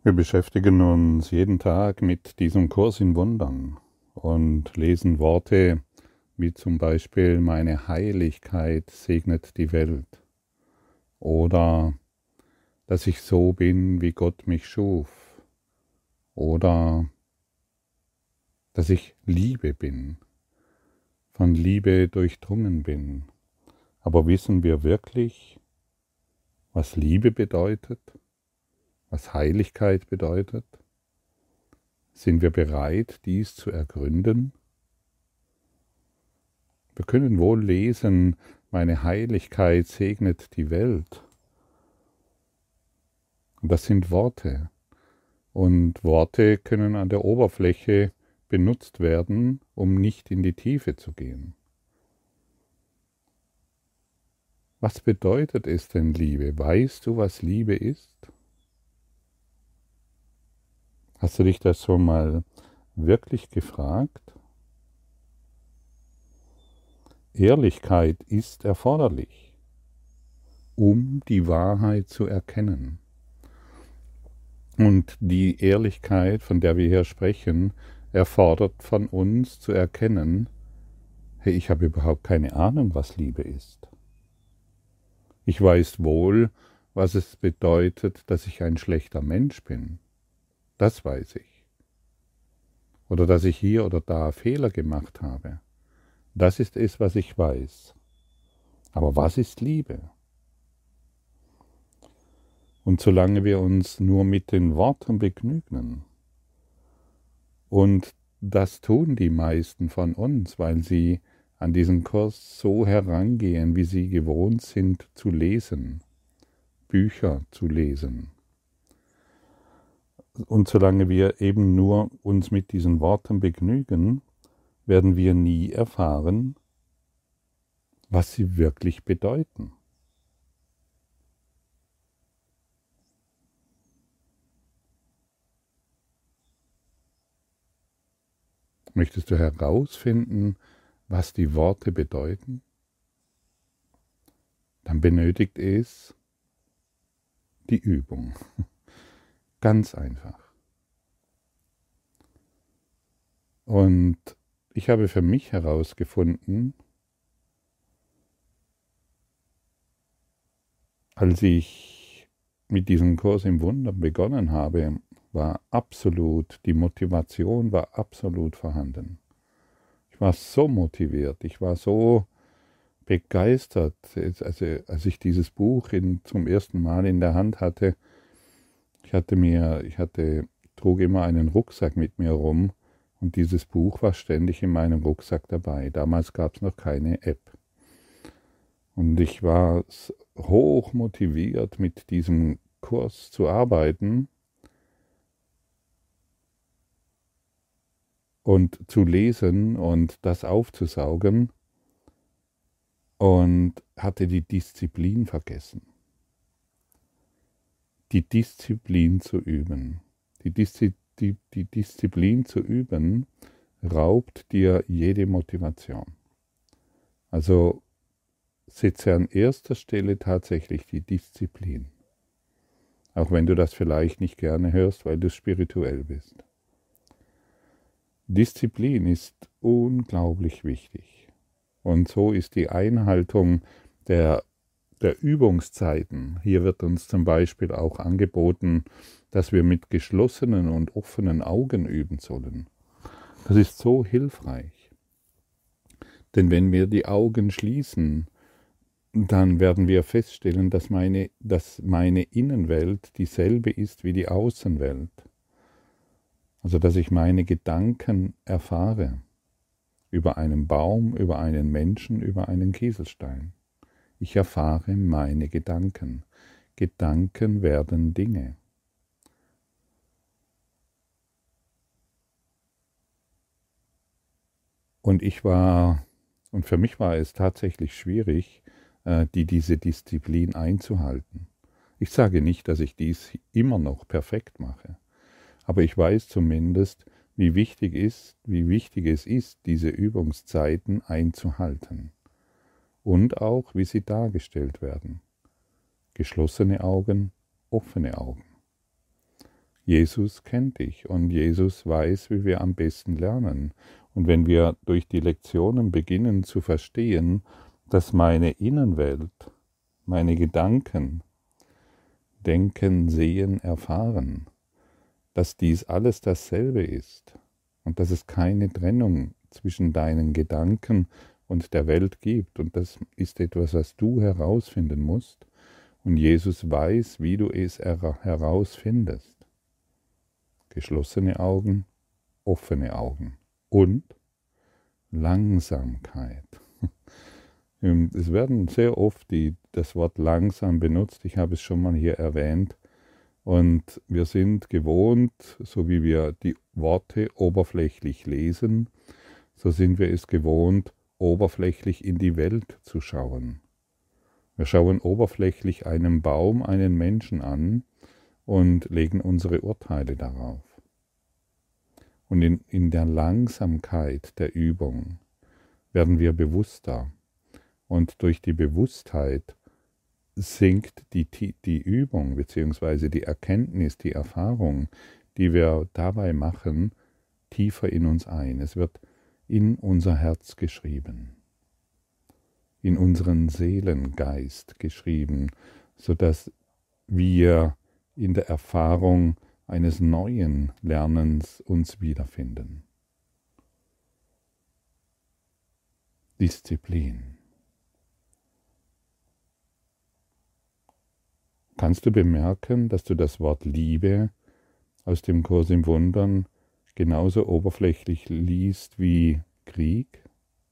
Wir beschäftigen uns jeden Tag mit diesem Kurs in Wundern und lesen Worte wie zum Beispiel meine Heiligkeit segnet die Welt oder dass ich so bin, wie Gott mich schuf oder dass ich Liebe bin, von Liebe durchdrungen bin. Aber wissen wir wirklich, was Liebe bedeutet, was Heiligkeit bedeutet? Sind wir bereit, dies zu ergründen? Wir können wohl lesen, meine Heiligkeit segnet die Welt. Und das sind Worte. Und Worte können an der Oberfläche benutzt werden, um nicht in die Tiefe zu gehen. Was bedeutet es denn, Liebe? Weißt du, was Liebe ist? Hast du dich das schon mal wirklich gefragt? Ehrlichkeit ist erforderlich, um die Wahrheit zu erkennen. Und die Ehrlichkeit, von der wir hier sprechen, erfordert von uns zu erkennen, hey, ich habe überhaupt keine Ahnung, was Liebe ist. Ich weiß wohl, was es bedeutet, dass ich ein schlechter Mensch bin. Das weiß ich. Oder dass ich hier oder da Fehler gemacht habe. Das ist es, was ich weiß. Aber was ist Liebe? Und solange wir uns nur mit den Worten begnügen, und das tun die meisten von uns, weil sie an diesen Kurs so herangehen, wie sie gewohnt sind zu lesen, Bücher zu lesen. Und solange wir eben nur uns mit diesen Worten begnügen, werden wir nie erfahren, was sie wirklich bedeuten. Möchtest du herausfinden, was die Worte bedeuten? Dann benötigt es die Übung. Ganz einfach. Und ich habe für mich herausgefunden, als ich mit diesem Kurs im Wundern begonnen habe, die Motivation war absolut vorhanden. Ich war so motiviert, ich war so begeistert, also als ich dieses Buch zum ersten Mal in der Hand hatte. Trug immer einen Rucksack mit mir rum und dieses Buch war ständig in meinem Rucksack dabei. Damals gab es noch keine App. Und ich war hoch motiviert, mit diesem Kurs zu arbeiten und zu lesen und das aufzusaugen und hatte die Disziplin vergessen. Die Disziplin zu üben. Die Disziplin zu üben raubt dir jede Motivation. Also setze an erster Stelle tatsächlich die Disziplin. Auch wenn du das vielleicht nicht gerne hörst, weil du spirituell bist. Disziplin ist unglaublich wichtig. Und so ist die Einhaltung der Übungszeiten. Hier wird uns zum Beispiel auch angeboten, dass wir mit geschlossenen und offenen Augen üben sollen. Das ist so hilfreich. Denn wenn wir die Augen schließen, dann werden wir feststellen, dass meine Innenwelt dieselbe ist wie die Außenwelt. Also dass ich meine Gedanken erfahre. Über einen Baum, über einen Menschen, über einen Kieselstein. Ich erfahre meine Gedanken. Gedanken werden Dinge. Und für mich war es tatsächlich schwierig, diese Disziplin einzuhalten. Ich sage nicht, dass ich dies immer noch perfekt mache, aber ich weiß zumindest, wie wichtig es ist, diese Übungszeiten einzuhalten. Und auch, wie sie dargestellt werden. Geschlossene Augen, offene Augen. Jesus kennt dich und Jesus weiß, wie wir am besten lernen. Und wenn wir durch die Lektionen beginnen zu verstehen, dass meine Innenwelt, meine Gedanken, Denken, Sehen, Erfahren, dass dies alles dasselbe ist und dass es keine Trennung zwischen deinen Gedanken und der Welt gibt. Und das ist etwas, was du herausfinden musst. Und Jesus weiß, wie du es herausfindest. Geschlossene Augen, offene Augen und Langsamkeit. Es werden sehr oft das Wort langsam benutzt. Ich habe es schon mal hier erwähnt. Und wir sind gewohnt, so wie wir die Worte oberflächlich lesen, so sind wir es gewohnt, oberflächlich in die Welt zu schauen. Wir schauen oberflächlich einen Baum, einen Menschen an und legen unsere Urteile darauf. Und in der Langsamkeit der Übung werden wir bewusster. Und durch die Bewusstheit sinkt die Übung bzw. die Erkenntnis, die Erfahrung, die wir dabei machen, tiefer in uns ein. Es wird in unser Herz geschrieben, in unseren Seelengeist geschrieben, sodass wir in der Erfahrung eines neuen Lernens uns wiederfinden. Disziplin. Kannst du bemerken, dass du das Wort Liebe aus dem Kurs im Wundern genauso oberflächlich liest wie Krieg?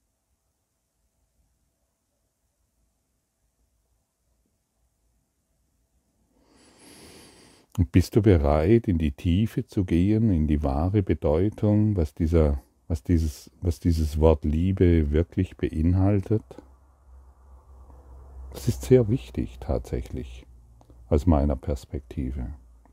Und bist du bereit, in die Tiefe zu gehen, in die wahre Bedeutung, was dieses Wort Liebe wirklich beinhaltet? Das ist sehr wichtig tatsächlich, aus meiner Perspektive.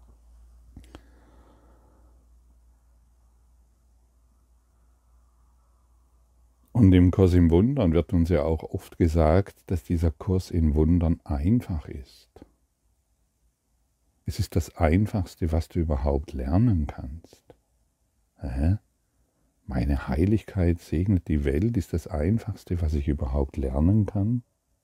Und im Kurs im Wundern wird uns ja auch oft gesagt, dass dieser Kurs in Wundern einfach ist. Es ist das Einfachste, was du überhaupt lernen kannst. Meine Heiligkeit segnet die Welt, ist das Einfachste, was ich überhaupt lernen kann?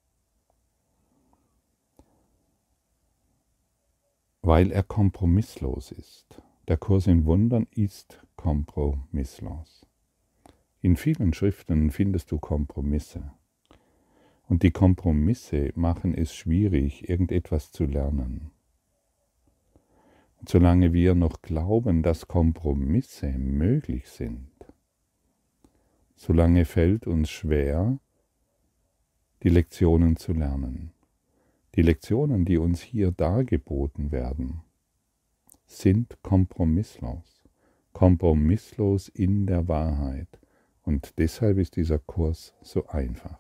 Weil er kompromisslos ist. Der Kurs in Wundern ist kompromisslos. In vielen Schriften findest du Kompromisse. Und die Kompromisse machen es schwierig, irgendetwas zu lernen. Und solange wir noch glauben, dass Kompromisse möglich sind, solange fällt uns schwer, die Lektionen zu lernen. Die Lektionen, die uns hier dargeboten werden, sind kompromisslos. Kompromisslos in der Wahrheit. Und deshalb ist dieser Kurs so einfach.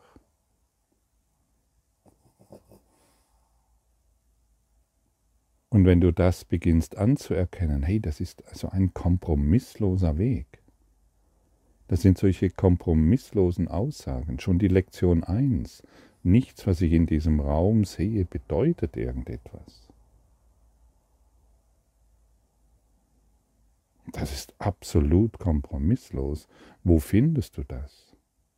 Und wenn du das beginnst anzuerkennen, hey, das ist also ein kompromissloser Weg. Das sind solche kompromisslosen Aussagen. Schon die Lektion 1. Nichts, was ich in diesem Raum sehe, bedeutet irgendetwas. Das ist absolut kompromisslos. Wo findest du das?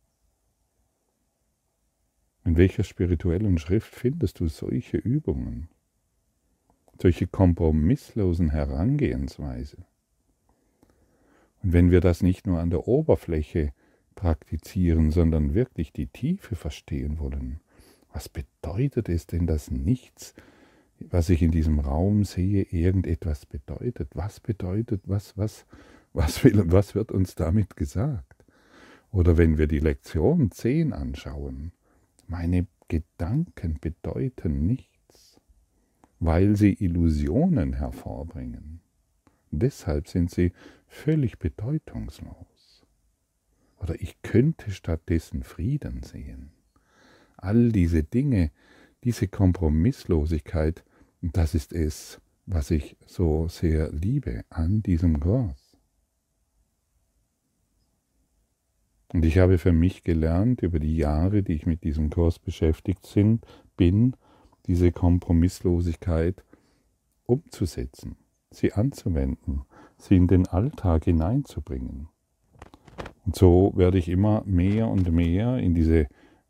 In welcher spirituellen Schrift findest du solche Übungen? Solche kompromisslosen Herangehensweise? Und wenn wir das nicht nur an der Oberfläche praktizieren, sondern wirklich die Tiefe verstehen wollen, was bedeutet es denn, dass nichts, was ich in diesem Raum sehe, irgendetwas bedeutet? Was bedeutet, was wird uns damit gesagt? Oder wenn wir die Lektion 10 anschauen, meine Gedanken bedeuten nichts, weil sie Illusionen hervorbringen. Deshalb sind sie völlig bedeutungslos. Oder ich könnte stattdessen Frieden sehen. All diese Dinge, diese Kompromisslosigkeit, das ist es, was ich so sehr liebe an diesem Kurs. Und ich habe für mich gelernt, über die Jahre, die ich mit diesem Kurs beschäftigt bin, diese Kompromisslosigkeit umzusetzen, sie anzuwenden, sie in den Alltag hineinzubringen. Und so werde ich immer mehr und mehr in diese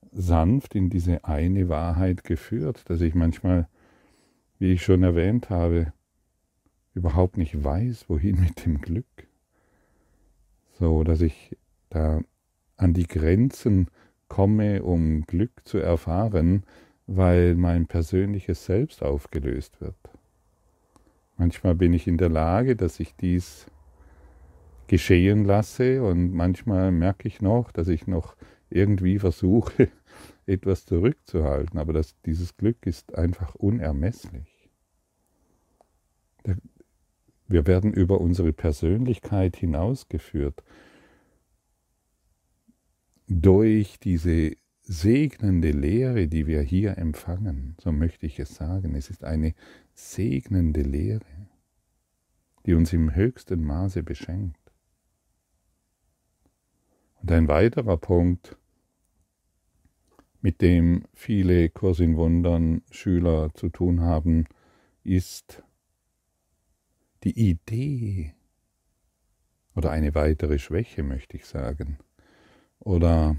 eine Wahrheit geführt, dass ich manchmal, wie ich schon erwähnt habe, überhaupt nicht weiß, wohin mit dem Glück. So, dass ich da an die Grenzen komme, um Glück zu erfahren, weil mein persönliches Selbst aufgelöst wird. Manchmal bin ich in der Lage, dass ich dies geschehen lasse und manchmal merke ich noch, dass ich noch irgendwie versuche, etwas zurückzuhalten, aber dieses Glück ist einfach unermesslich. Wir werden über unsere Persönlichkeit hinausgeführt durch diese segnende Lehre, die wir hier empfangen, so möchte ich es sagen. Es ist eine segnende Lehre, die uns im höchsten Maße beschenkt. Und ein weiterer Punkt, mit dem viele Kurs in Wundern Schüler zu tun haben, ist die Idee oder eine weitere Schwäche, möchte ich sagen, oder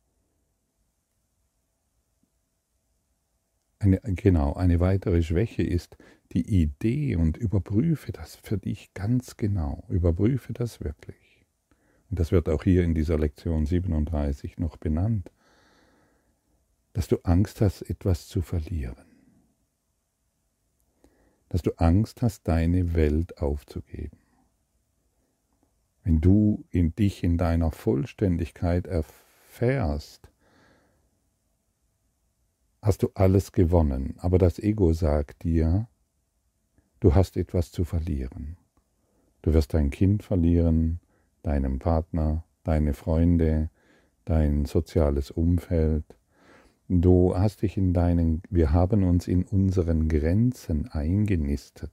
eine weitere Schwäche ist die Idee, und überprüfe das für dich ganz genau, überprüfe das wirklich. Und das wird auch hier in dieser Lektion 37 noch benannt, dass du Angst hast, etwas zu verlieren. Dass du Angst hast, deine Welt aufzugeben. Wenn du dich in deiner Vollständigkeit erfährst, hast du alles gewonnen, aber das Ego sagt dir, du hast etwas zu verlieren. Du wirst dein Kind verlieren, deinen Partner, deine Freunde, dein soziales Umfeld. Wir haben uns in unseren Grenzen eingenistet.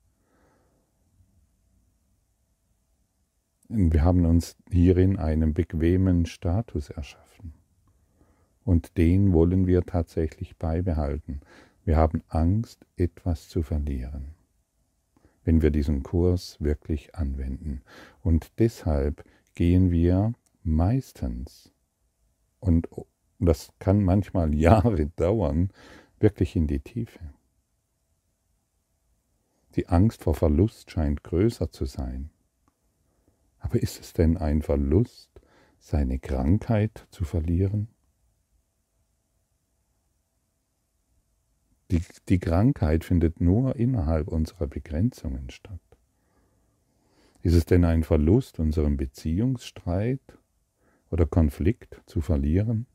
Und wir haben uns hierin einen bequemen Status erschaffen. Und den wollen wir tatsächlich beibehalten. Wir haben Angst, etwas zu verlieren, wenn wir diesen Kurs wirklich anwenden. Und deshalb gehen wir meistens, und das kann manchmal Jahre dauern, wirklich in die Tiefe. Die Angst vor Verlust scheint größer zu sein. Aber ist es denn ein Verlust, seine Krankheit zu verlieren? Die Krankheit findet nur innerhalb unserer Begrenzungen statt. Ist es denn ein Verlust, unseren Beziehungsstreit oder Konflikt zu verlieren?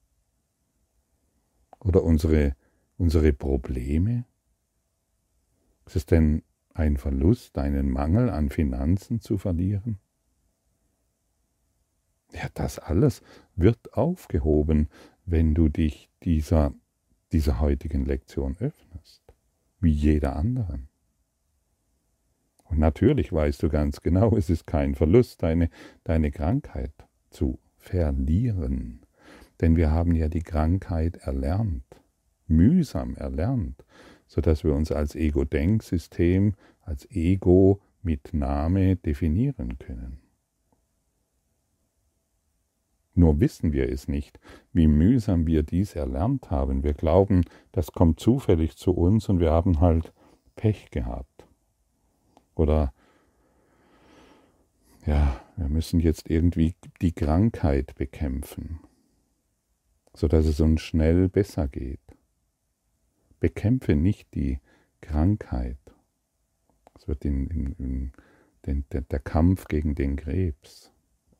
Oder unsere Probleme? Ist es denn ein Verlust, einen Mangel an Finanzen zu verlieren? Ja, das alles wird aufgehoben, wenn du dich dieser heutigen Lektion öffnest, wie jeder anderen. Und natürlich weißt du ganz genau, es ist kein Verlust, deine Krankheit zu verlieren. Denn wir haben ja die Krankheit erlernt, mühsam erlernt, sodass wir uns als Ego-Denksystem, als Ego mit Name definieren können. Nur wissen wir es nicht, wie mühsam wir dies erlernt haben. Wir glauben, das kommt zufällig zu uns und wir haben halt Pech gehabt. Oder ja, wir müssen jetzt irgendwie die Krankheit bekämpfen, sodass es uns schnell besser geht. Bekämpfe nicht die Krankheit. Es wird der Kampf gegen den Krebs.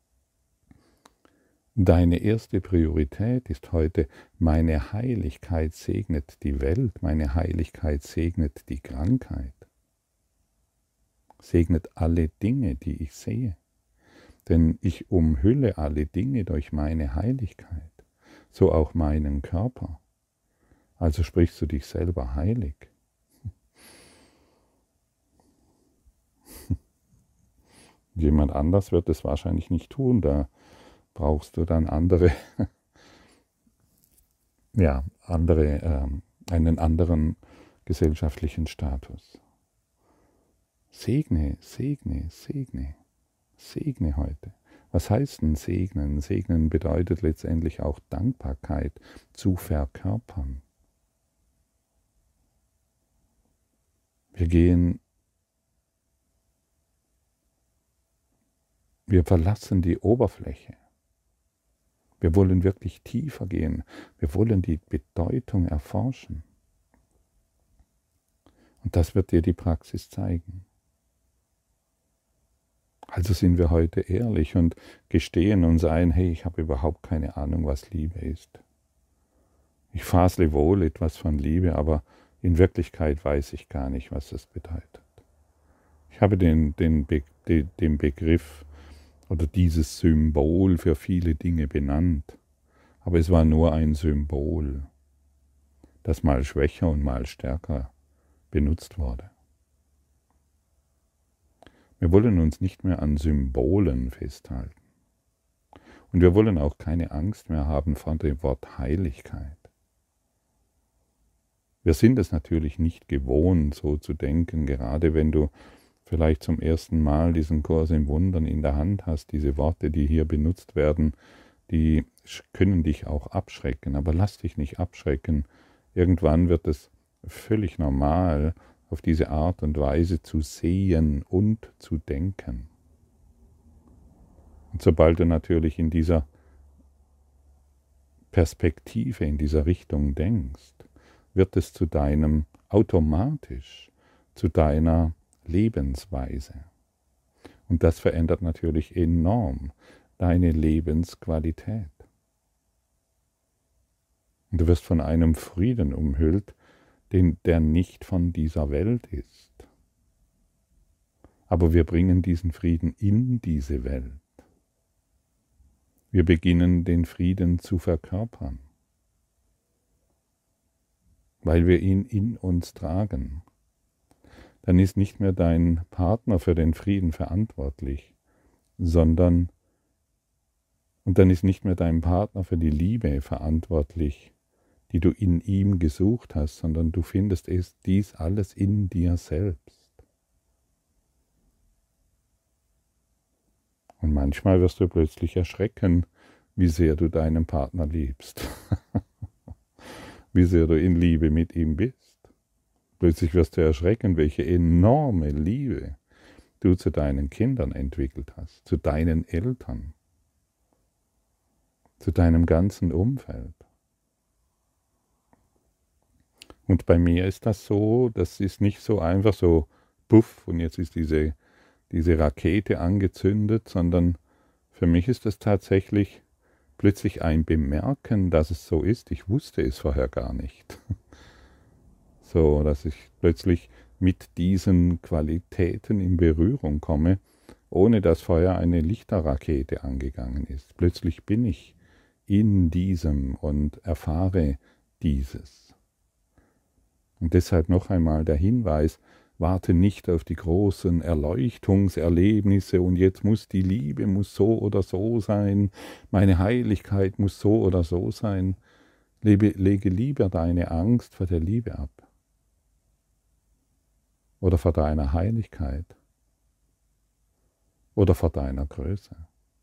Deine erste Priorität ist heute, meine Heiligkeit segnet die Welt, meine Heiligkeit segnet die Krankheit, segnet alle Dinge, die ich sehe. Denn ich umhülle alle Dinge durch meine Heiligkeit, so auch meinen Körper. Also sprichst du dich selber heilig. Jemand anders wird es wahrscheinlich nicht tun, da brauchst du dann einen anderen gesellschaftlichen Status. Segne, segne, segne, segne heute. Was heißt denn segnen? Segnen bedeutet letztendlich auch Dankbarkeit zu verkörpern. Wir verlassen die Oberfläche. Wir wollen wirklich tiefer gehen. Wir wollen die Bedeutung erforschen. Und das wird dir die Praxis zeigen. Also sind wir heute ehrlich und gestehen uns ein, hey, ich habe überhaupt keine Ahnung, was Liebe ist. Ich fasle wohl etwas von Liebe, aber in Wirklichkeit weiß ich gar nicht, was das bedeutet. Ich habe den Begriff oder dieses Symbol für viele Dinge benannt, aber es war nur ein Symbol, das mal schwächer und mal stärker benutzt wurde. Wir wollen uns nicht mehr an Symbolen festhalten. Und wir wollen auch keine Angst mehr haben vor dem Wort Heiligkeit. Wir sind es natürlich nicht gewohnt, so zu denken, gerade wenn du vielleicht zum ersten Mal diesen Kurs im Wundern in der Hand hast. Diese Worte, die hier benutzt werden, die können dich auch abschrecken, aber lass dich nicht abschrecken. Irgendwann wird es völlig normal, auf diese Art und Weise zu sehen und zu denken. Und sobald du natürlich in dieser Perspektive, in dieser Richtung denkst, wird es automatisch zu deiner Lebensweise. Und das verändert natürlich enorm deine Lebensqualität. Und du wirst von einem Frieden umhüllt, der nicht von dieser Welt ist. Aber wir bringen diesen Frieden in diese Welt. Wir beginnen den Frieden zu verkörpern, weil wir ihn in uns tragen. Dann ist nicht mehr dein Partner für den Frieden verantwortlich, und dann ist nicht mehr dein Partner für die Liebe verantwortlich, die du in ihm gesucht hast, sondern du findest dies alles in dir selbst. Und manchmal wirst du plötzlich erschrecken, wie sehr du deinen Partner liebst, wie sehr du in Liebe mit ihm bist. Plötzlich wirst du erschrecken, welche enorme Liebe du zu deinen Kindern entwickelt hast, zu deinen Eltern, zu deinem ganzen Umfeld. Und bei mir ist das so, das ist nicht so einfach so, puff, und jetzt ist diese Rakete angezündet, sondern für mich ist es tatsächlich plötzlich ein Bemerken, dass es so ist. Ich wusste es vorher gar nicht. So, dass ich plötzlich mit diesen Qualitäten in Berührung komme, ohne dass vorher eine Lichterrakete angegangen ist. Plötzlich bin ich in diesem und erfahre dieses. Und deshalb noch einmal der Hinweis, warte nicht auf die großen Erleuchtungserlebnisse und jetzt muss die Liebe muss so oder so sein, meine Heiligkeit muss so oder so sein. Lege lieber deine Angst vor der Liebe ab oder vor deiner Heiligkeit oder vor deiner Größe.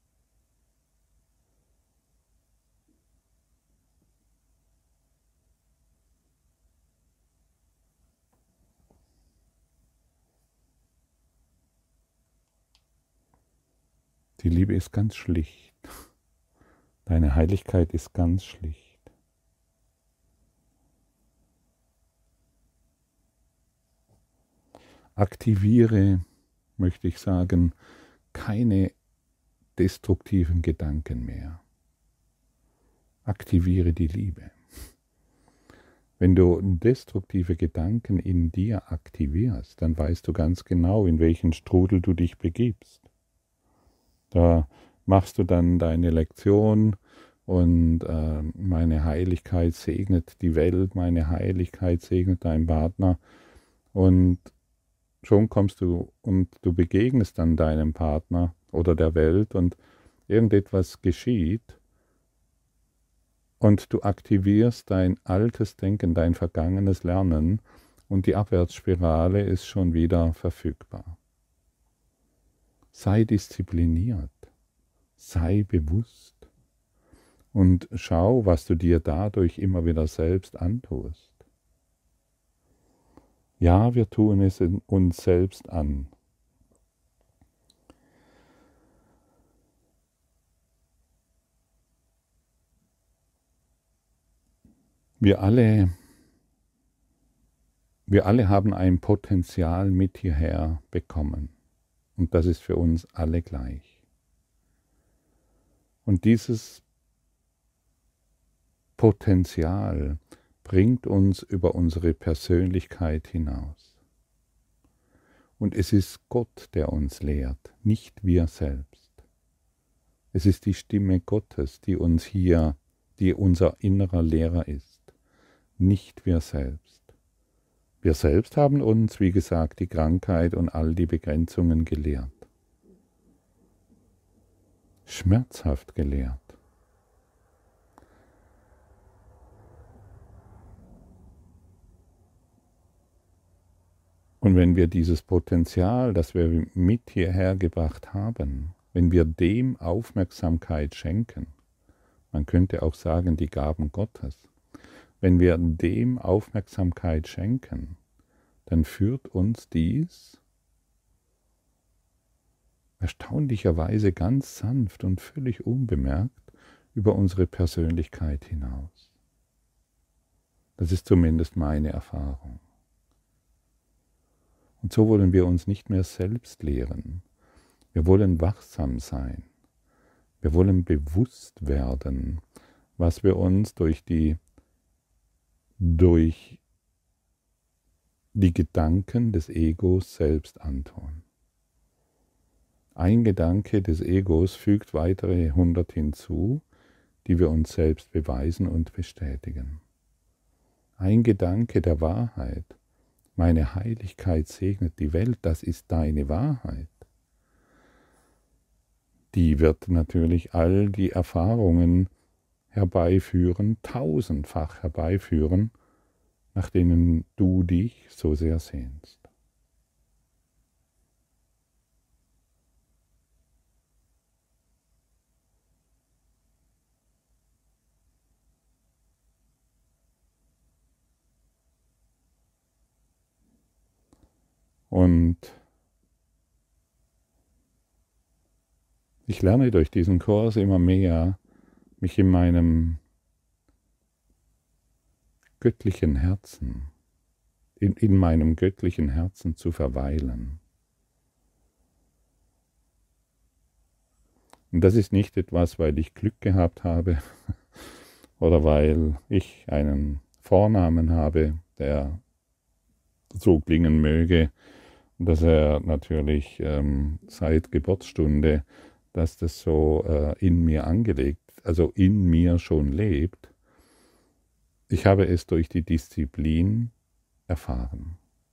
Die Liebe ist ganz schlicht. Deine Heiligkeit ist ganz schlicht. Aktiviere, möchte ich sagen, keine destruktiven Gedanken mehr. Aktiviere die Liebe. Wenn du destruktive Gedanken in dir aktivierst, dann weißt du ganz genau, in welchen Strudel du dich begibst. Da machst du dann deine Lektion und meine Heiligkeit segnet die Welt, meine Heiligkeit segnet deinen Partner und schon kommst du und du begegnest dann deinem Partner oder der Welt und irgendetwas geschieht und du aktivierst dein altes Denken, dein vergangenes Lernen und die Abwärtsspirale ist schon wieder verfügbar. Sei diszipliniert, sei bewusst und schau, was du dir dadurch immer wieder selbst antust. Ja, wir tun es uns selbst an. Wir alle haben ein Potenzial mit hierher bekommen. Und das ist für uns alle gleich. Und dieses Potenzial bringt uns über unsere Persönlichkeit hinaus. Und es ist Gott, der uns lehrt, nicht wir selbst. Es ist die Stimme Gottes, die uns hier, die unser innerer Lehrer ist, nicht wir selbst. Wir selbst haben uns, wie gesagt, die Krankheit und all die Begrenzungen gelehrt. Schmerzhaft gelehrt. Und wenn wir dieses Potenzial, das wir mit hierher gebracht haben, wenn wir dem Aufmerksamkeit schenken, man könnte auch sagen, die Gaben Gottes, wenn wir dem Aufmerksamkeit schenken, dann führt uns dies erstaunlicherweise ganz sanft und völlig unbemerkt über unsere Persönlichkeit hinaus. Das ist zumindest meine Erfahrung. Und so wollen wir uns nicht mehr selbst lehren. Wir wollen wachsam sein. Wir wollen bewusst werden, was wir uns durch die Gedanken des Egos selbst antun. Ein Gedanke des Egos fügt weitere 100 hinzu, die wir uns selbst beweisen und bestätigen. Ein Gedanke der Wahrheit, meine Heiligkeit segnet die Welt, das ist deine Wahrheit. Die wird natürlich all die Erfahrungen herbeiführen, tausendfach herbeiführen, nach denen du dich so sehr sehnst. Und ich lerne durch diesen Kurs immer mehr, mich in meinem göttlichen Herzen, in meinem göttlichen Herzen zu verweilen. Und das ist nicht etwas, weil ich Glück gehabt habe oder weil ich einen Vornamen habe, der so klingen möge, dass er natürlich seit Geburtsstunde, dass das so in mir angelegt, also in mir schon lebt. Ich habe es durch die Disziplin erfahren.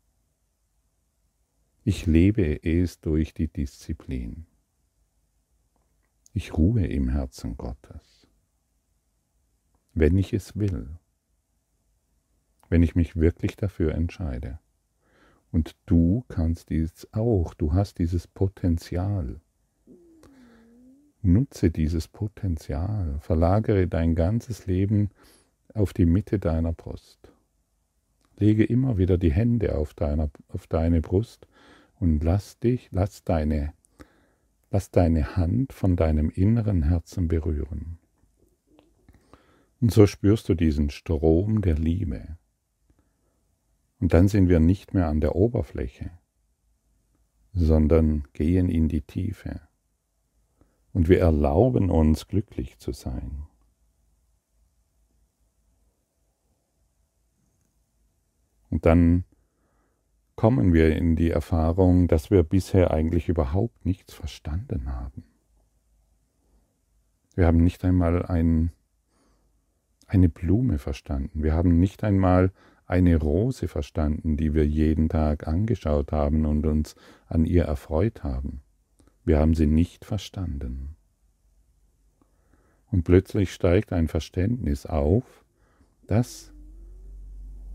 Ich lebe es durch die Disziplin. Ich ruhe im Herzen Gottes, wenn ich es will, wenn ich mich wirklich dafür entscheide. Und du kannst dies auch, du hast dieses Potenzial. Nutze dieses Potenzial, verlagere dein ganzes Leben auf die Mitte deiner Brust. Lege immer wieder die Hände auf deine Brust und lass deine Hand von deinem inneren Herzen berühren. Und so spürst du diesen Strom der Liebe. Und dann sind wir nicht mehr an der Oberfläche, sondern gehen in die Tiefe. Und wir erlauben uns, glücklich zu sein. Und dann kommen wir in die Erfahrung, dass wir bisher eigentlich überhaupt nichts verstanden haben. Wir haben nicht einmal eine Blume verstanden. Wir haben nicht einmal eine Rose verstanden, die wir jeden Tag angeschaut haben und uns an ihr erfreut haben. Wir haben sie nicht verstanden. Und plötzlich steigt ein Verständnis auf, dass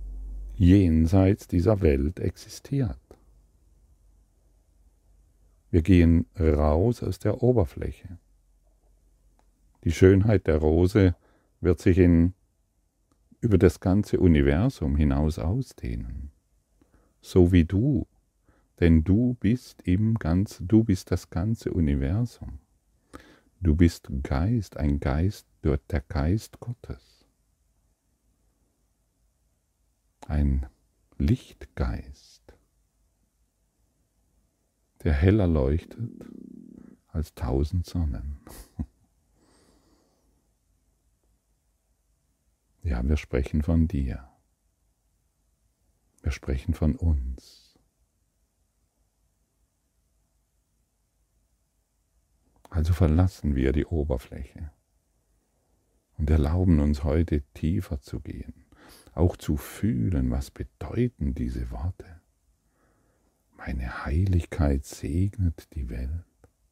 jenseits dieser Welt existiert. Wir gehen raus aus der Oberfläche. Die Schönheit der Rose wird sich über das ganze Universum hinaus ausdehnen. So wie du, denn du bist das ganze Universum. Du bist Geist, ein Geist, der Geist Gottes. Ein Lichtgeist, der heller leuchtet als 1000 Sonnen. Ja, wir sprechen von dir. Wir sprechen von uns. Also verlassen wir die Oberfläche und erlauben uns heute tiefer zu gehen, auch zu fühlen, was bedeuten diese Worte. Meine Heiligkeit segnet die Welt.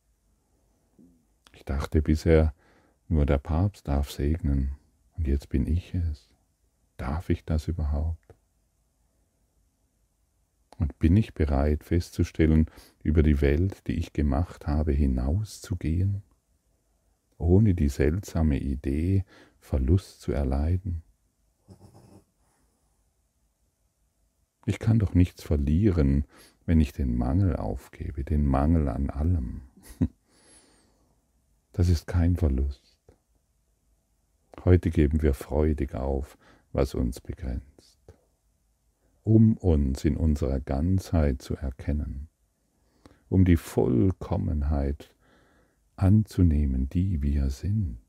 Ich dachte bisher, nur der Papst darf segnen, und jetzt bin ich es. Darf ich das überhaupt? Und bin ich bereit festzustellen, über die Welt, die ich gemacht habe, hinauszugehen, ohne die seltsame Idee, Verlust zu erleiden? Ich kann doch nichts verlieren, wenn ich den Mangel aufgebe, den Mangel an allem. Das ist kein Verlust. Heute geben wir freudig auf, was uns begrenzt, um uns in unserer Ganzheit zu erkennen, um die Vollkommenheit anzunehmen, die wir sind.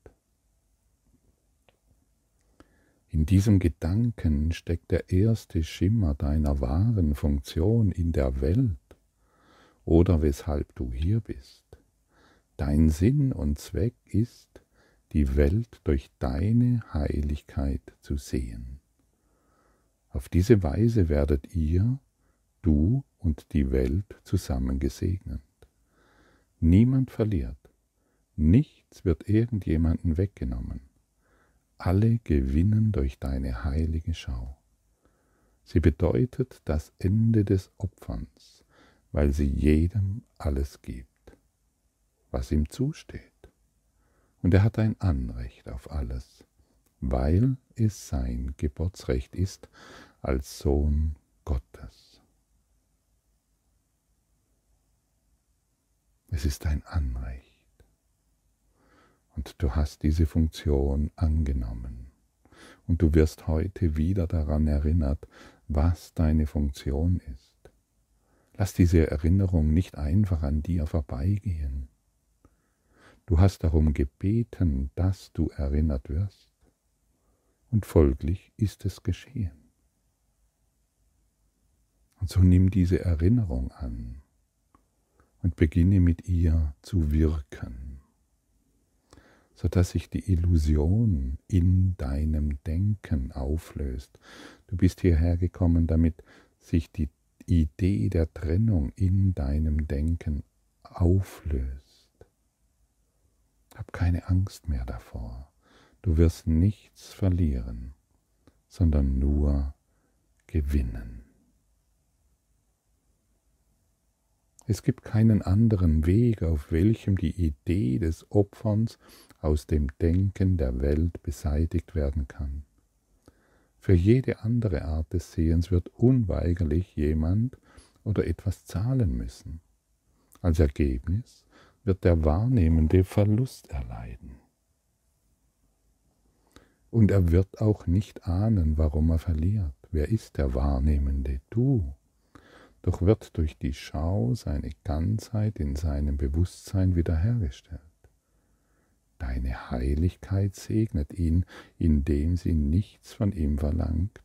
In diesem Gedanken steckt der erste Schimmer deiner wahren Funktion in der Welt oder weshalb du hier bist. Dein Sinn und Zweck ist, die Welt durch deine Heiligkeit zu sehen. Auf diese Weise werdet ihr, du und die Welt zusammen gesegnet. Niemand verliert, nichts wird irgendjemandem weggenommen. Alle gewinnen durch deine heilige Schau. Sie bedeutet das Ende des Opferns, weil sie jedem alles gibt, was ihm zusteht. Und er hat ein Anrecht auf alles, weil es sein Geburtsrecht ist als Sohn Gottes. Es ist ein Anrecht. Und du hast diese Funktion angenommen. Und du wirst heute wieder daran erinnert, was deine Funktion ist. Lass diese Erinnerung nicht einfach an dir vorbeigehen. Du hast darum gebeten, dass du erinnert wirst. Und folglich ist es geschehen. Und so nimm diese Erinnerung an und beginne mit ihr zu wirken, sodass sich die Illusion in deinem Denken auflöst. Du bist hierher gekommen, damit sich die Idee der Trennung in deinem Denken auflöst. Hab keine Angst mehr davor. Du wirst nichts verlieren, sondern nur gewinnen. Es gibt keinen anderen Weg, auf welchem die Idee des Opferns aus dem Denken der Welt beseitigt werden kann. Für jede andere Art des Sehens wird unweigerlich jemand oder etwas zahlen müssen. Als Ergebnis wird der Wahrnehmende Verlust erleiden. Und er wird auch nicht ahnen, warum er verliert. Wer ist der Wahrnehmende? Du. Doch wird durch die Schau seine Ganzheit in seinem Bewusstsein wiederhergestellt. Deine Heiligkeit segnet ihn, indem sie nichts von ihm verlangt.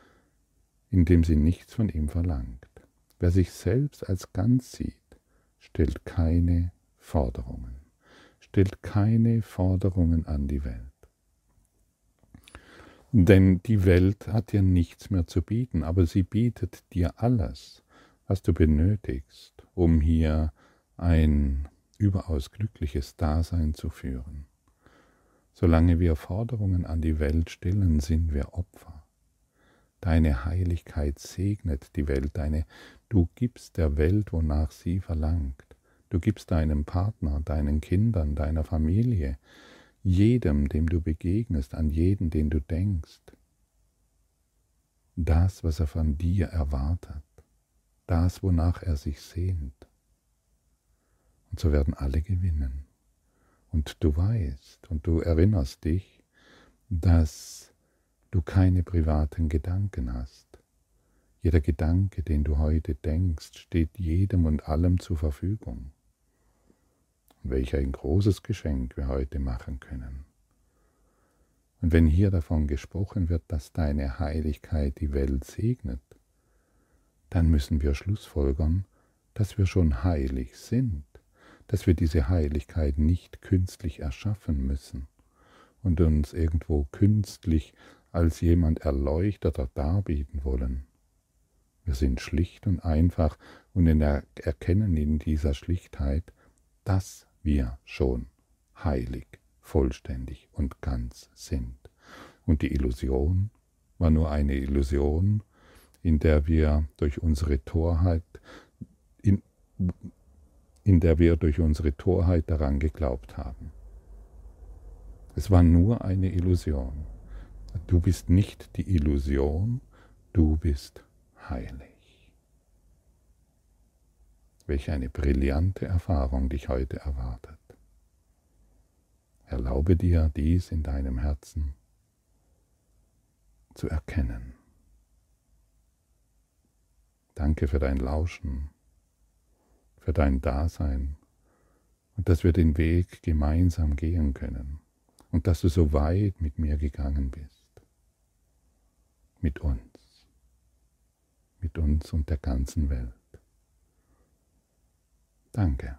Wer sich selbst als ganz sieht, stellt keine Forderungen. Stellt keine Forderungen an die Welt. Denn die Welt hat dir nichts mehr zu bieten, aber sie bietet dir alles, was du benötigst, um hier ein überaus glückliches Dasein zu führen. Solange wir Forderungen an die Welt stellen, sind wir Opfer. Deine Heiligkeit segnet die Welt, du gibst der Welt, wonach sie verlangt. Du gibst deinem Partner, deinen Kindern, deiner Familie, jedem, dem du begegnest, an jeden, den du denkst, das, was er von dir erwartet, das, wonach er sich sehnt. Und so werden alle gewinnen. Und du weißt und du erinnerst dich, dass du keine privaten Gedanken hast. Jeder Gedanke, den du heute denkst, steht jedem und allem zur Verfügung. Und welch ein großes Geschenk wir heute machen können. Und wenn hier davon gesprochen wird, dass deine Heiligkeit die Welt segnet, dann müssen wir schlussfolgern, dass wir schon heilig sind, dass wir diese Heiligkeit nicht künstlich erschaffen müssen und uns irgendwo künstlich als jemand Erleuchteter darbieten wollen. Wir sind schlicht und einfach und erkennen in dieser Schlichtheit, dass wir schon heilig, vollständig und ganz sind. Und die Illusion war nur eine Illusion, in der wir durch unsere Torheit, in der wir durch unsere Torheit daran geglaubt haben. Es war nur eine Illusion. Du bist nicht die Illusion, du bist heilig. Welch eine brillante Erfahrung dich heute erwartet. Erlaube dir, dies in deinem Herzen zu erkennen. Danke für dein Lauschen, für dein Dasein und dass wir den Weg gemeinsam gehen können und dass du so weit mit mir gegangen bist. Mit uns und der ganzen Welt. Danke.